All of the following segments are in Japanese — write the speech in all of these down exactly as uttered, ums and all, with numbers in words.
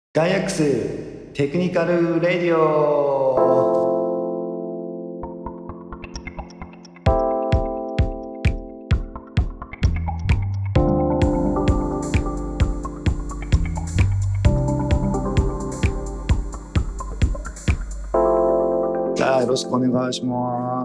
ガイアックステクニカルレディオ。じゃあよろしくお願いします。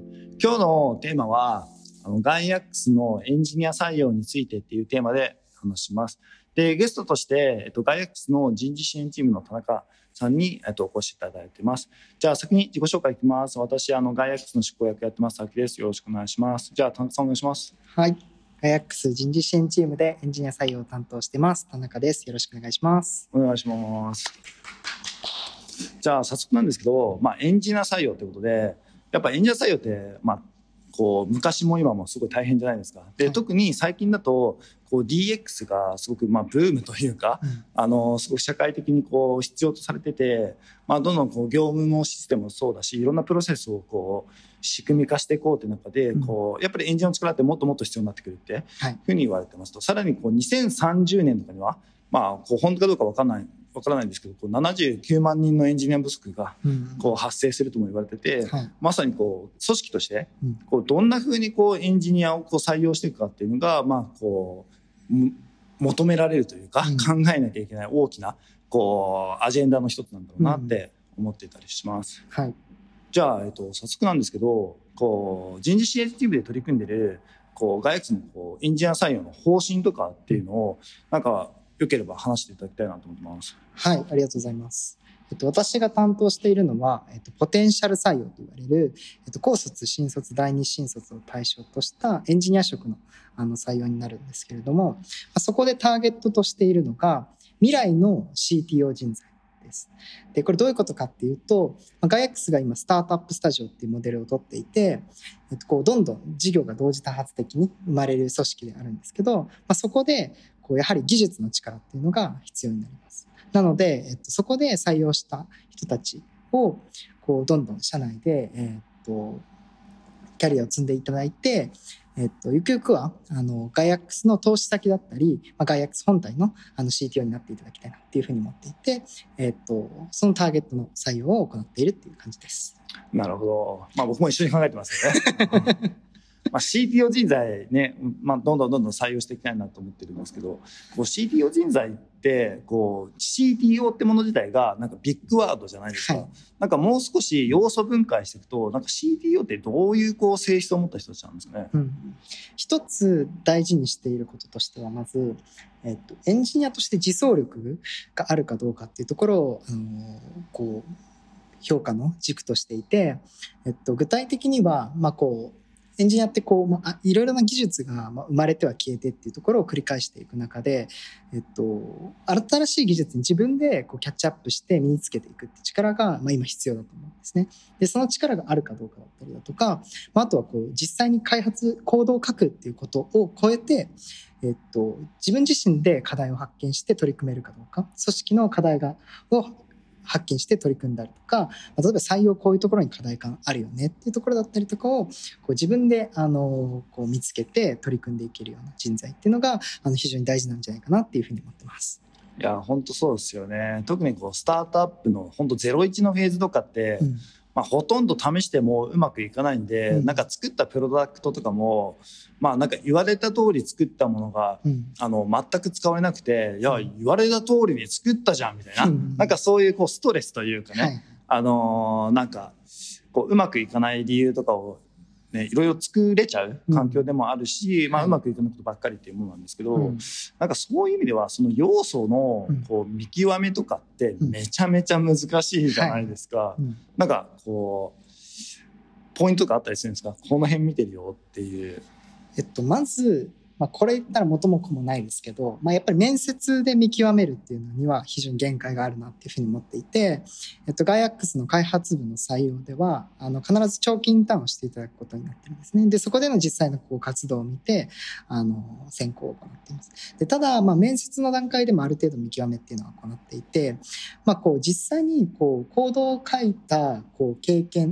今日のテーマはあのガイアックスのエンジニア採用についてっていうテーマで話します。でゲストとして、えっと、ガイアックスの人事支援チームの田中さんに、えっと、お越しいただいてます。じゃあ先に自己紹介いきます。私あのガイアックスの執行役やってます秋です。よろしくお願いします。じゃあ田中さんお願いします。 はい、ガイアックス人事支援チームでエンジニア採用を担当してます田中です。よろしくお願いします。 お願いします。じゃあ早速なんですけど、まあ、エンジニア採用ということでやっぱエンジニア採用って、まあ、こう昔も今もすごい大変じゃないですか。で、はい、特に最近だとこう ディーエックス がすごくまあブームというか、うん、あのすごく社会的にこう必要とされてて、まあ、どんどんこう業務もシステムもそうだしいろんなプロセスをこう仕組み化していこうという中で、うん、こうやっぱりエンジニアの力ってもっともっと必要になってくるっていうふうに言われてますと、はい、さらにこうにせんさんじゅうねんとかには、まあ、こう本当かどうか分からないわからないんですけどこうななじゅうきゅうまんにんのエンジニア不足がこう発生するとも言われてて、うんはい、まさにこう組織としてこうどんなふうにこうエンジニアをこう採用していくかっていうのが、まあ、こう求められるというか、うん、考えなきゃいけない大きなこうアジェンダの一つなんだろうなって思っていたりします、うんはい、じゃあ、えっと、早速なんですけどこう人事支援チームで取り組んでるこうガイアックスのこうエンジニア採用の方針とかっていうのをなんかよければ話していただきたいなと思ってます。 はい、ありがとうございます。えっと、私が担当しているのは、えっと、ポテンシャル採用と言われる、えっと、高卒、新卒、第二新卒を対象としたエンジニア職の、あの採用になるんですけれども、まあ、そこでターゲットとしているのが未来の シーティーオー 人材です。で、これどういうことかっていうと、まあ、ガイアックスが今スタートアップスタジオっていうモデルを取っていて、えっと、こうどんどん事業が同時多発的に生まれる組織であるんですけど、まあ、そこでこうやはり技術の力っていうのが必要になります。なので、えっと、そこで採用した人たちをこうどんどん社内で、えっと、キャリアを積んでいただいて、えっと、ゆくゆくはあのガイアックスの投資先だったり、まあ、ガイアックス本体の、あの シーティーオー になっていただきたいなっていうふうに思っていて、えっと、そのターゲットの採用を行っているっていう感じです。 なるほど。まあ僕も一緒に考えてますよね。まあ、シーティーオー 人材ね、まあ、どんどんどんどん採用していきたいなと思ってるんですけどこう シーティーオー 人材ってこう シーティーオー ってもの自体がなんかビッグワードじゃないですか、はい、なんかもう少し要素分解していくとなんか シーティーオー ってどういうこう性質を持った人たちなんですかね、うん、 一つ大事にしていることとしてはまず、えっと、エンジニアとして自走力があるかどうかっていうところを、あのこう評価の軸としていて、えっと、具体的には、まあ、こうエンジニアってこう、まあ、いろいろな技術が生まれては消えてっていうところを繰り返していく中で、えっと、新しい技術に自分でこうキャッチアップして身につけていくって力が、まあ、今必要だと思うんですね。で、その力があるかどうかだったりだとか、まあ、あとはこう実際に開発、コードを書くっていうことを超えて、えっと、自分自身で課題を発見して取り組めるかどうか、組織の課題がを発見して取り組んだりとか、例えば採用こういうところに課題感あるよねっていうところだったりとかをこう自分であのこう見つけて取り組んでいけるような人材っていうのがあの非常に大事なんじゃないかなっていうふうに思ってます。 いや本当そうですよね。特にこうスタートアップの本当ゼロイチのフェーズとかって、うんまあ、ほとんど試してもうまくいかないんで、うん、なんか作ったプロダクトとかも、まあ、なんか言われた通り作ったものが、うん、あの全く使われなくて、いや言われた通りに作ったじゃんみたいな、うん、なんかそういうこうストレスというかね、はい、あのー、なんかこううまくいかない理由とかをね、いろいろ作れちゃう環境でもあるし、うんまあ、うまくいかないことばっかりっていうものなんですけど、うん、なんかそういう意味ではその要素のこう見極めとかってめちゃめちゃ難しいじゃないですか、うんはいうん、なんかこうポイントがあったりするんですか？この辺見てるよっていう。 えっと、まずまあ、これ言ったら元も子もないですけど、まあ、やっぱり面接で見極めるっていうのには非常に限界があるなっていうふうに思っていて、えっと、ガイアックスの開発部の採用ではあの必ず長期インターンをしていただくことになってるんですね。でそこでの実際のこう活動を見てあの選考を行っています。でただ、まあ、面接の段階でもある程度見極めっていうのは行っていて、まあ、こう実際にこうコードを書いたこう経験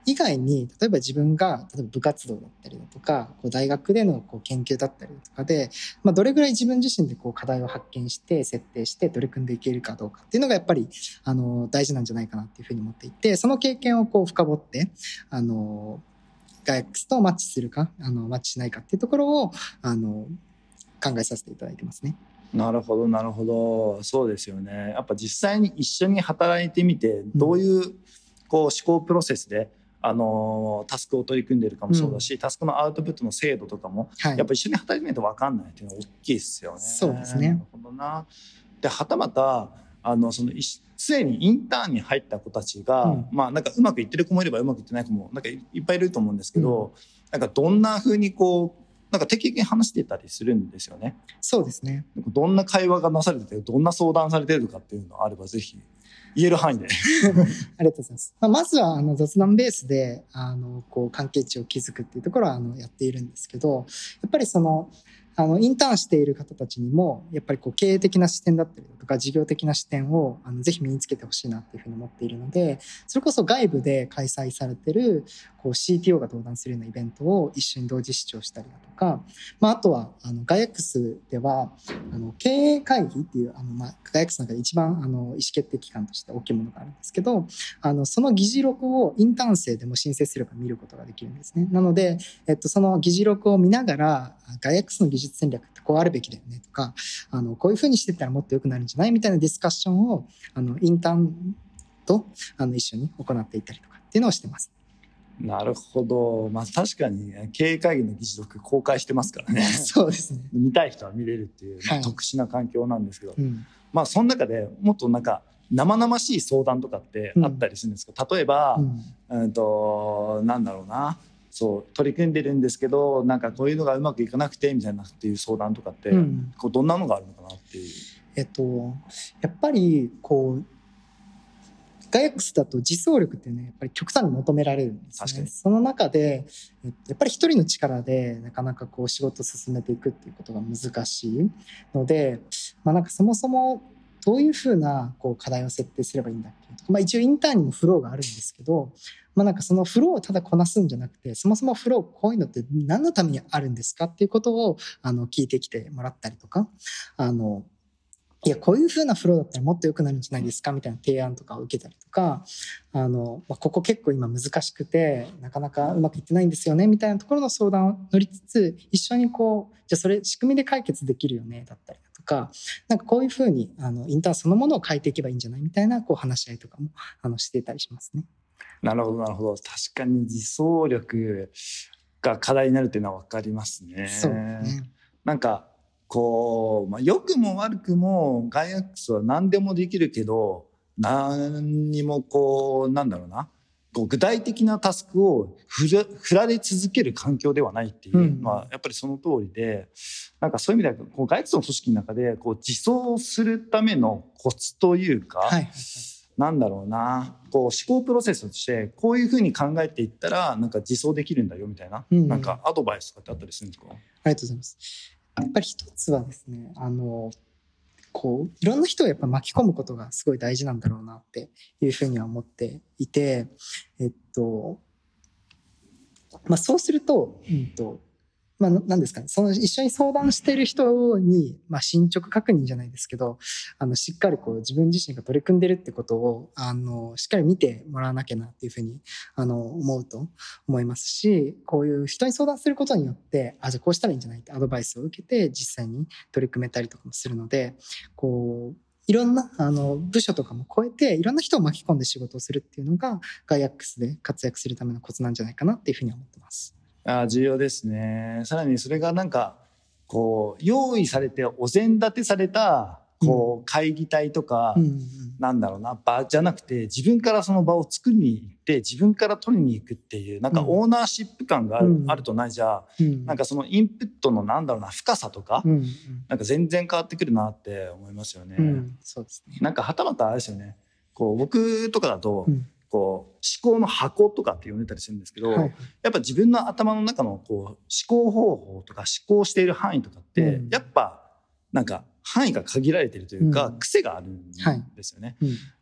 以外に例えば自分が例えば部活動だったりだとかこう大学でのこう研究だったりだとかで、まあ、どれぐらい自分自身でこう課題を発見して設定して取り組んでいけるかどうかっていうのがやっぱりあの大事なんじゃないかなっていうふうに思っていて、その経験をこう深掘ってあのガイアックスとマッチするかあのマッチしないかっていうところをあの考えさせていただいてますね。 なるほどなるほど、そうですよね。やっぱ実際に一緒に働いてみてどういうこう思考プロセスであのタスクを取り組んでいるかもそうだし、うん、タスクのアウトプットの精度とかも、はい、やっぱ一緒に働いてみないと分かんないっていうのは大きいですよね。 そうですね。 なるほどな。ではたまたあのそのすでにインターンに入った子たちが、うん、まあなんかうまくいってる子もいればうまくいってない子もなんかいっぱいいると思うんですけど、うん、なんかどんな風にこうなんか定期的に話してたりするんですよね。 そうですね。 どんな会話がなされててどんな相談されてるかっていうのがあればぜひ言える範囲でありがとうございます。まあ、まずはあの雑談ベースであのこう関係値を築くっていうところはあのやっているんですけど、やっぱりそのあのインターンしている方たちにもやっぱりこう経営的な視点だったりとか事業的な視点をあのぜひ身につけてほしいなっていうふうに思っているので、それこそ外部で開催されているこう シーティーオー が登壇するようなイベントを一緒に同時視聴したりだとか、まあ、あとはあのガイアックスではあの経営会議っていうあの、まあ、ガイアックスの中で一番あの意思決定機関として大きいものがあるんですけど、あのその議事録をインターン生でも申請すれば見ることができるんですね。なので、えっと、その議事録を見ながらガイアックスの技術戦略ってこうあるべきだよねとか、あのこういうふうにしていったらもっと良くなるんじゃないみたいなディスカッションをあのインターンとあの一緒に行っていたりとかっていうのをしてます。 なるほど。まあ確かに経営会議の議事録公開してますからね。 そうですね。 見たい人は見れるっていう、まあ、特殊な環境なんですけど、 はい、うん、 まあその中でもっとなんか生々しい相談とかってあったりするんですか、うん、例えば、うん、うんとなんだろうな、そう取り組んでるんですけどなんかこういうのがうまくいかなくてみたいなっていう相談とかって、うん、こうどんなのがあるのかなっていう。 えっとやっぱりこうガイアックスだと自走力ってねやっぱり極端に求められるんですね。 確かに。 その中でやっぱり一人の力でなかなかこう仕事を進めていくっていうことが難しいので、まあ、なんかそもそもどういうふうなこう課題を設定すればいいんだっけ、まあ、一応インターンにもフローがあるんですけど、まあ、なんかそのフローをただこなすんじゃなくてそもそもフローこういうのって何のためにあるんですかっていうことをあの聞いてきてもらったりとか、あのいやこういう風なフローだったらもっと良くなるんじゃないですかみたいな提案とかを受けたりとか、あの、まあ、ここ結構今難しくてなかなかうまくいってないんですよねみたいなところの相談を乗りつつ一緒にこうじゃあそれ仕組みで解決できるよねだったりだとか、なんかこういう風にあのインターンそのものを変えていけばいいんじゃないみたいなこう話し合いとかもあのしていたりしますね。 なるほどなるほど。確かに自走力が課題になるっていうのは分かりますね。 そうですね。 なんかこう、まあ、良くも悪くもガイアックスは何でもできるけど何にもこうなんだろうなこう具体的なタスクを振ら、振られ続ける環境ではないっていう、うん、まあ、やっぱりその通りでなんかそういう意味ではこうガイアックスの組織の中でこう自走するためのコツというか、はい、なんだろうなこう思考プロセスとしてこういうふうに考えていったらなんか自走できるんだよみたいな、うん、なんかアドバイスとかってあったりするんですか？ ありがとうございます。やっぱり一つはですね、あのこういろんな人をやっぱ巻き込むことがすごい大事なんだろうなっていうふうには思っていて、えっとまあそうすると、うんとまあ何ですかね、その一緒に相談している人にまあ進捗確認じゃないですけど、あのしっかりこう自分自身が取り組んでるってことをあのしっかり見てもらわなきゃなっていうふうにあの思うと思いますし、こういう人に相談することによってあじゃあこうしたらいいんじゃないってアドバイスを受けて実際に取り組めたりとかもするので、こういろんなあの部署とかも超えていろんな人を巻き込んで仕事をするっていうのがガイアックスで活躍するためのコツなんじゃないかなっていうふうに思ってます。 あ、重要ですね。さらにそれがなんかこう用意されてお膳立てされたこう会議体とか、うんうんうん、なんだろうな場じゃなくて自分からその場を作りに行って自分から取りに行くっていうなんかオーナーシップ感がある、うん、あるとないじゃ、うん、なんかそのインプットのなんだろうな深さとか、うんうん、なんか全然変わってくるなって思いますよね。うん、そうですね。なんかはたまたあれですよね。こう僕とかだと、うんこう思考の箱とかって呼んでたりするんですけど、はい、やっぱ自分の頭の中のこう思考方法とか思考している範囲とかって、うん、やっぱなんか範囲が限られているというか、うん、癖があるんですよね、はいうん、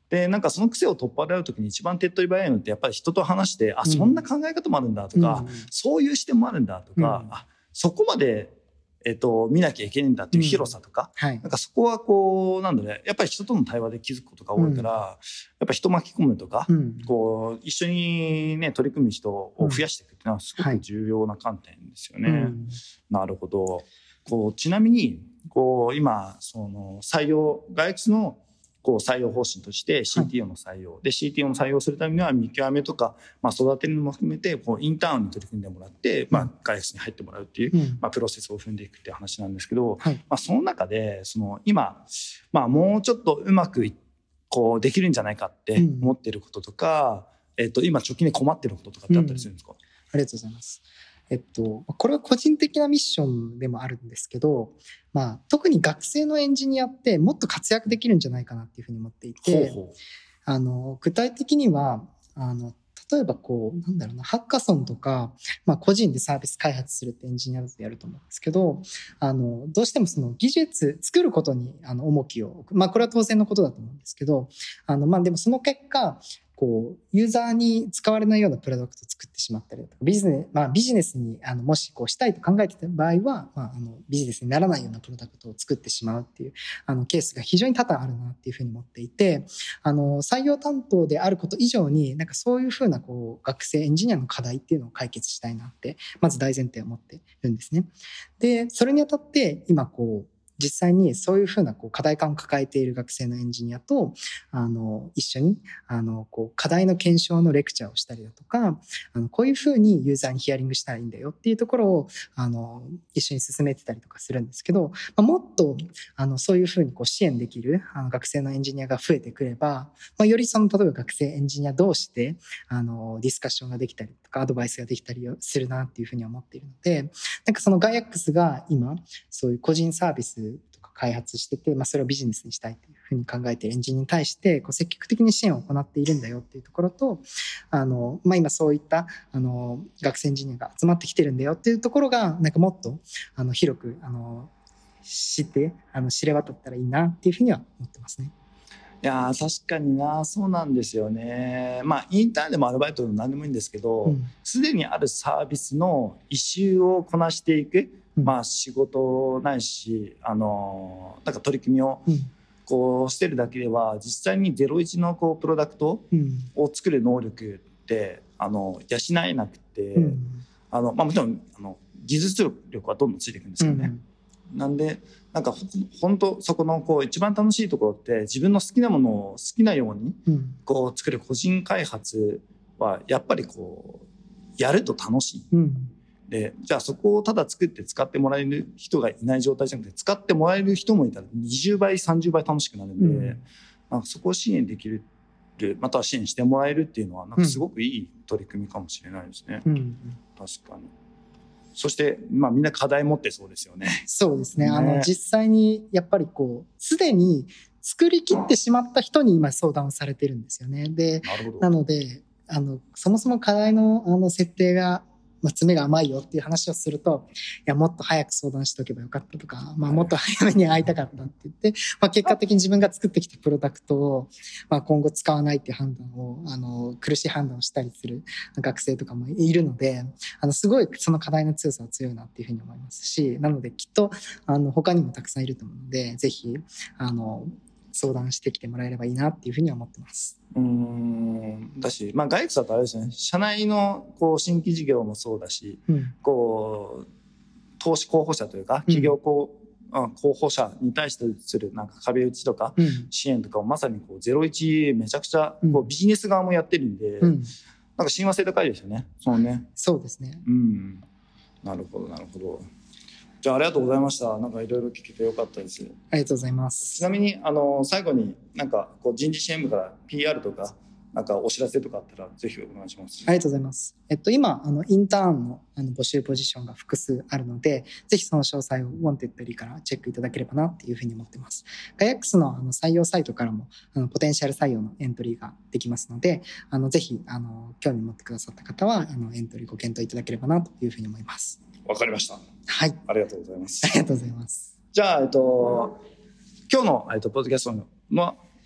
でなんかその癖を取っ払う時に一番手っ取り早いのってやっぱり人と話してあ、そんな考え方もあるんだとか、 うん、 そういう視点もあるんだとか、うん、あそこまで、えっと、見なきゃいけないんだっていう広さとか、うんはい、なんかそこはこうなんだねやっぱり人との対話で気づくことが多いから、うん、やっぱ人巻き込むとか、うん、こう一緒にね取り組む人を増やしていくっていうのはすごく重要な観点ですよね。はいうん、なるほど。こうちなみにこう今その採用ガイエックスのこう採用方針として シーティーオー の採用、はい、で シーティーオー の採用するためには見極めとか、まあ、育てるのも含めてこうインターンに取り組んでもらって、まあ、ガイエックスに入ってもらうっていう、うんまあ、プロセスを踏んでいくっていう話なんですけど、はいまあ、その中でその今、まあ、もうちょっとうまくこうできるんじゃないかって思ってることとか、うんえっと、今直近で困ってることとかってあったりするんですか？うん、 ありがとうございます。えっと、これは個人的なミッションでもあるんですけど、まあ、特に学生のエンジニアってもっと活躍できるんじゃないかなっていうふうに思っていて、ほうほうあの具体的にはあの例えばこうなんだろうなハッカソンとか、まあ、個人でサービス開発するってエンジニアだとやると思うんですけど、あのどうしてもその技術作ることにあの重きを置く、まあ、これは当然のことだと思うんですけど、あのまあでもその結果こうユーザーに使われないようなプロダクトを作ってしまったりとかビジネス、まあ、ビジネスにあのもしこうしたいと考えてた場合は、まあ、あのビジネスにならないようなプロダクトを作ってしまうっていうあのケースが非常に多々あるなっていうふうに思っていて、あの採用担当であること以上になんかそういうふうなこう学生エンジニアの課題っていうのを解決したいなってまず大前提を持っているんですね。でそれにあたって今こう実際にそういうふうなこう課題感を抱えている学生のエンジニアとあの一緒にあのこう課題の検証のレクチャーをしたりだとか、あのこういうふうにユーザーにヒアリングしたらいいんだよっていうところをあの一緒に進めてたりとかするんですけど、まあ、もっとあのそういうふうにこう支援できるあの学生のエンジニアが増えてくれば、まあ、よりその例えば学生エンジニア同士であのディスカッションができたりとかアドバイスができたりするなっていうふうに思っているので、なんかそのガイアックスが今そういう個人サービスとか開発してて、まあ、それをビジネスにしたいというふうに考えているエンジニアに対してこう積極的に支援を行っているんだよっていうところと、あの、まあ、今そういったあの学生エンジニアが集まってきてるんだよっていうところがなんかもっとあの広くあの知ってあの知れ渡ったらいいなっていうふうには思ってますね。 いや確かにな、そうなんですよね。まあインターンでもアルバイトでも何でもいいんですけど、すで、うん、にあるサービスの一周をこなしていく、うん、まあ仕事ないしあのなんか取り組みをこうしてるだけでは実際にゼロイチのこうプロダクトを作る能力ってあの養えなくて、うん、あのまあもちろんあの技術力はどんどんついていくんですけどね。うん、なんでなんか本当そこのこう一番楽しいところって自分の好きなものを好きなようにこう作る個人開発はやっぱりこうやると楽しい、うん、でじゃあそこをただ作って使ってもらえる人がいない状態じゃなくて使ってもらえる人もいたらにじゅうばいさんじゅうばい楽しくなるんで、うん、なんかそこを支援できるまたは支援してもらえるっていうのはなんかすごくいい取り組みかもしれないですね、うん、確かに。そして、まあ、みんな課題持ってそうですよね。 そうですね。ね、あの実際にやっぱりこうすでに作り切ってしまった人に今相談をされてるんですよね。で、なるほど。なのであのそもそも課題のあの設定がまあ、詰めが甘いよっていう話をすると、いやもっと早く相談しておけばよかったとか、まあ、もっと早めに会いたかったって言って、まあ、結果的に自分が作ってきたプロダクトを、まあ、今後使わないっていう判断をあの苦しい判断をしたりする学生とかもいるので、あのすごいその課題の強さは強いなっていうふうに思いますし、なのできっとあの他にもたくさんいると思うので、ぜひあの相談してきてもらえればいいなっていうふうには思ってます。 うーんだし、まあ、ガイエックスだとあれですね、社内のこう新規事業もそうだし、うん、こう投資候補者というか企業候補者に対してするなんか壁打ちとか支援とかをまさにこうゼロイチめちゃくちゃこうビジネス側もやってるんで、うん、なんか親和性高いですよね。そうね。 そうですね。 うん。なるほどなるほど。じゃあありがとうございました。なんかいろいろ聞けてよかったです。 ありがとうございます。 ちなみにあの最後になんかこう人事支援部から ピーアール とかなんかお知らせとかあったらぜひお願いします。 ありがとうございます。えっと今あのインターンのあの募集ポジションが複数あるので、ぜひその詳細をウォンテッドリーからチェックいただければなっていうふうに思ってます。ガイエックスのあの採用サイトからもあのポテンシャル採用のエントリーができますので、あのぜひあの興味持ってくださった方はあのエントリーご検討いただければなというふうに思います。 わかりました。 はい。 ありがとうございます。 ありがとうございます。 じゃあ、えっと、今日の、えっと、ポッドキャストの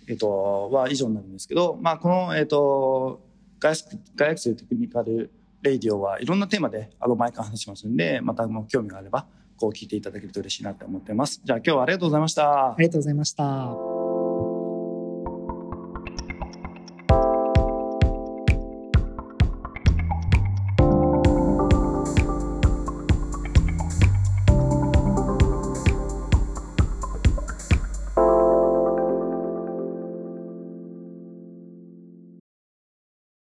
えっと、は以上になるんですけど、まあ、この、えっと、外学外学生テクニカルレイディオはいろんなテーマであの毎回話しますんで、またもう興味があればこう聞いていただけると嬉しいなと思ってます。じゃあ今日はありがとうございました。 ありがとうございました。